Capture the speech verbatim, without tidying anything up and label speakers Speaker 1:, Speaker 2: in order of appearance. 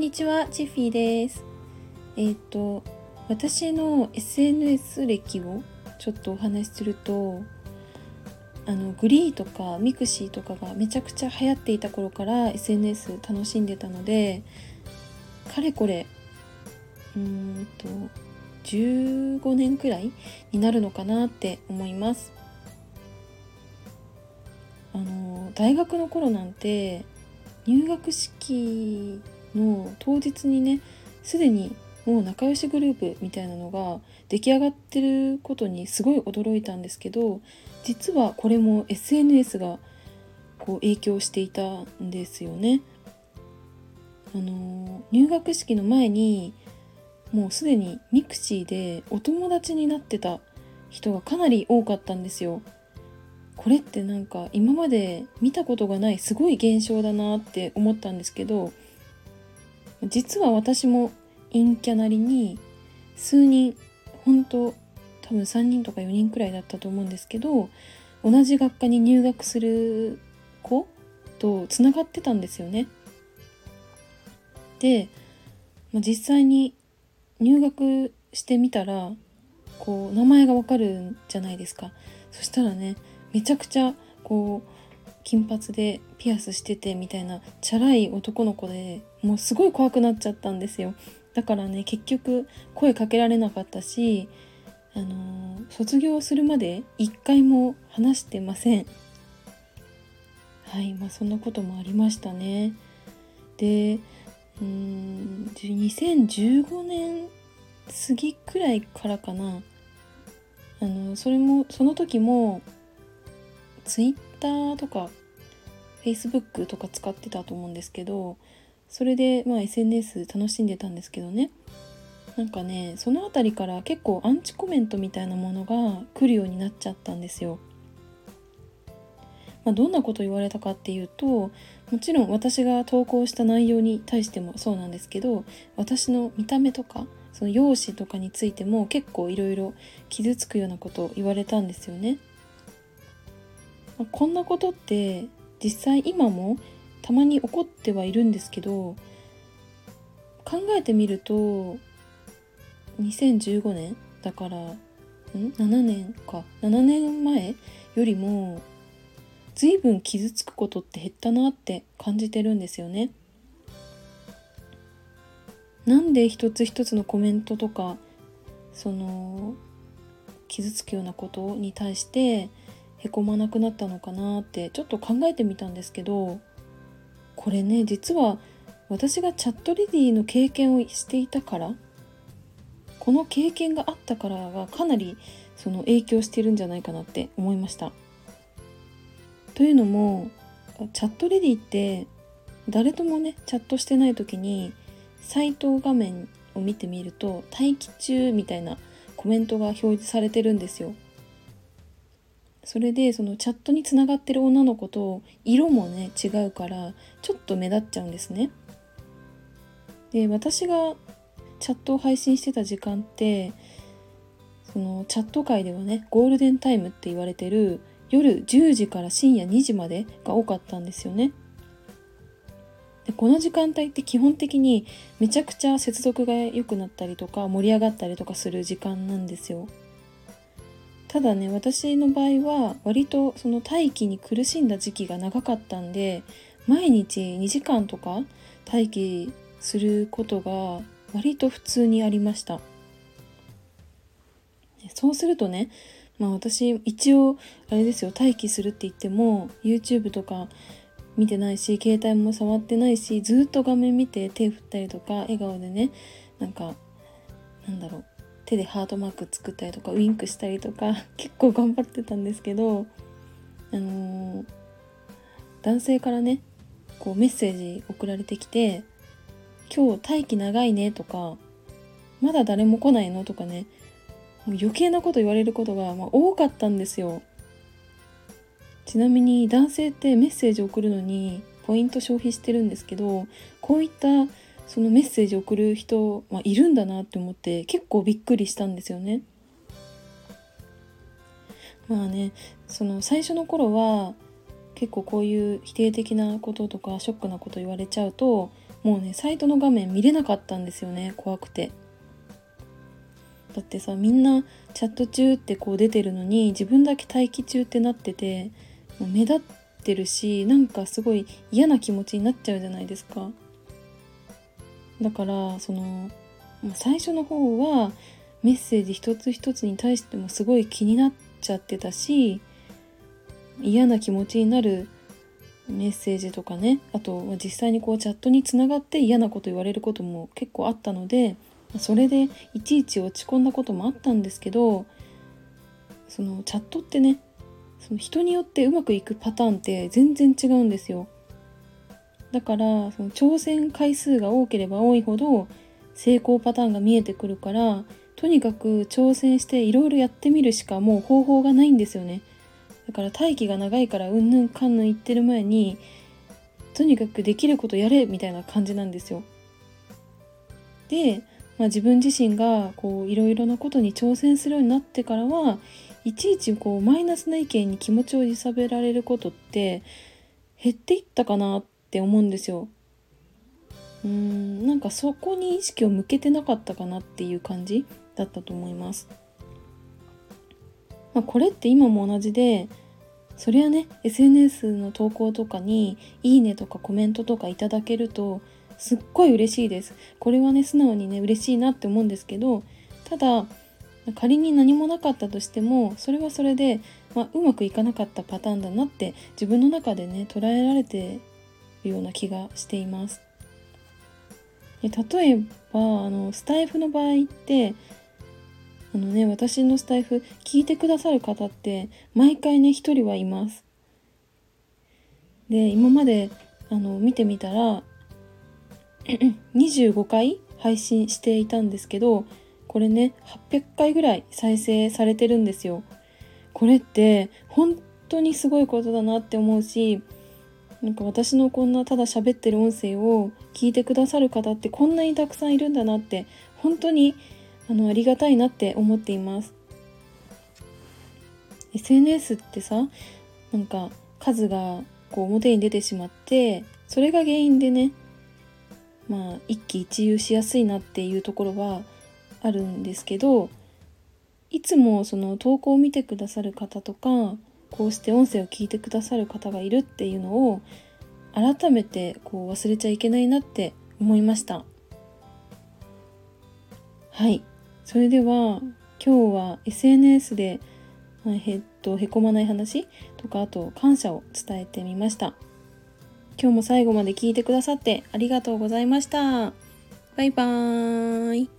Speaker 1: にちは、チッフィーです。えっ、と私の エスエヌエス 歴をちょっとお話しすると、あのグリーとかミクシーとかがめちゃくちゃ流行っていた頃から エスエヌエス 楽しんでたので、かれこれうーんとじゅうごねんくらいになるのかなって思います。あの大学の頃なんて入学式の当日にね、すでにもう仲良しグループみたいなのが出来上がってることにすごい驚いたんですけど、実はこれも エスエヌエス がこう影響していたんですよね。あの入学式の前にもうすでにミクシーでお友達になってた人がかなり多かったんですよ。これってなんか今まで見たことがないすごい現象だなって思ったんですけど、実は私も陰キャなりに数人、本当多分さんにんとかよにんくらいだったと思うんですけど、同じ学科に入学する子とつながってたんですよね。で、まあ、実際に入学してみたらこう名前がわかるんじゃないですか。そしたらね、めちゃくちゃこう金髪でピアスしててみたいなチャラい男の子で、もうすごい怖くなっちゃったんですよ。だからね、結局声かけられなかったし、あのー卒業するまで一回も話してません。はい、まあそんなこともありましたね。で、うーんにせんじゅうごねん過ぎくらいからかな、あのそれもその時もツイッターとかフェイスブックとか使ってたと思うんですけど、それでまあ エスエヌエス 楽しんでたんですけどね、なんかね、そのあたりから結構アンチコメントみたいなものが来るようになっちゃったんですよ。まあ、どんなこと言われたかっていうと、もちろん私が投稿した内容に対してもそうなんですけど、私の見た目とかその容姿とかについても結構いろいろ傷つくようなことを言われたんですよね。まあ、こんなことって実際今もたまに起こってはいるんですけど、考えてみるとにせんじゅうごねんだからんななねんかななねんまえよりも随分傷つくことって減ったなって感じてるんですよね。なんで一つ一つのコメントとかその傷つくようなことに対してへこまなくなったのかなってちょっと考えてみたんですけど、これね、実は私がチャットレディの経験をしていたから、この経験があったからがかなりその影響してるんじゃないかなって思いました。というのも、チャットレディって誰ともねチャットしてない時にサイト画面を見てみると待機中みたいなコメントが表示されてるんですよ。それでそのチャットにつながってる女の子と色もね違うからちょっと目立っちゃうんですね。で、私がチャットを配信してた時間ってそのチャット界ではねゴールデンタイムって言われてる夜じゅうじから深夜にじまでが多かったんですよね。で、この時間帯って基本的にめちゃくちゃ接続が良くなったりとか盛り上がったりとかする時間なんですよ。ただね、私の場合は割とその待機に苦しんだ時期が長かったんで、毎日にじかんとか待機することが割と普通にありました。そうするとね、まあ私一応あれですよ、待機するって言っても YouTube とか見てないし携帯も触ってないし、ずっと画面見て手振ったりとか笑顔でね、なんかなんだろう手でハートマーク作ったりとかウインクしたりとか結構頑張ってたんですけど、あのー男性からねこうメッセージ送られてきて、今日待機長いねとか、まだ誰も来ないのとかね、もう余計なこと言われることがまあ多かったんですよ。ちなみに男性ってメッセージ送るのにポイント消費してるんですけど、こういったそのメッセージ送る人、まあ、いるんだなって思って結構びっくりしたんですよね。まあね、その最初の頃は結構こういう否定的なこととかショックなこと言われちゃうと、 もうねサイトの画面見れなかったんですよね、怖くて。だってさ、みんなチャット中ってこう出てるのに自分だけ待機中ってなってて、もう目立ってるし、なんかすごい嫌な気持ちになっちゃうじゃないですか。だからその最初の方はメッセージ一つ一つに対してもすごい気になっちゃってたし、嫌な気持ちになるメッセージとかね、あと実際にこうチャットにつながって嫌なこと言われることも結構あったので、それでいちいち落ち込んだこともあったんですけど、そのチャットってね、その人によってうまくいくパターンって全然違うんですよ。だからその挑戦回数が多ければ多いほど成功パターンが見えてくるから、とにかく挑戦していろいろやってみるしかもう方法がないんですよね。だから待機が長いからうんぬんかんぬん言ってる前に、とにかくできることやれみたいな感じなんですよ。で、まあ、自分自身がこういろいろなことに挑戦するようになってからは、いちいちこうマイナスな意見に気持ちを揺さぶられることって減っていったかなって思うんですよ。うーんなんかそこに意識を向けてなかったかなっていう感じだったと思います。まあ、これって今も同じで、そりゃね エスエヌエス の投稿とかにいいねとかコメントとかいただけるとすっごい嬉しいです。これはね素直にね嬉しいなって思うんですけど、ただ仮に何もなかったとしても、それはそれで、まあ、うまくいかなかったパターンだなって自分の中でね捉えられているような気がしています。で例えばあのスタイフの場合って、あのね私のスタイフ聞いてくださる方って毎回ね一人はいます。で今まであの見てみたらにじゅうごかい配信していたんですけど、これねはっぴゃっかいぐらい再生されてるんですよ。これって本当にすごいことだなって思うし、なんか私のこんなただ喋ってる音声を聞いてくださる方ってこんなにたくさんいるんだなって、本当にあのありがたいなって思っています。 エスエヌエス ってさ、なんか数がこう表に出てしまって、それが原因でね、まあ一喜一憂しやすいなっていうところはあるんですけど、いつもその投稿を見てくださる方とか、こうして音声を聞いてくださる方がいるっていうのを改めてこう忘れちゃいけないなって思いました。はい、それでは今日は エスエヌエス でえっとへこまない話とか、あと感謝を伝えてみました。今日も最後まで聞いてくださってありがとうございました。バイバーイ。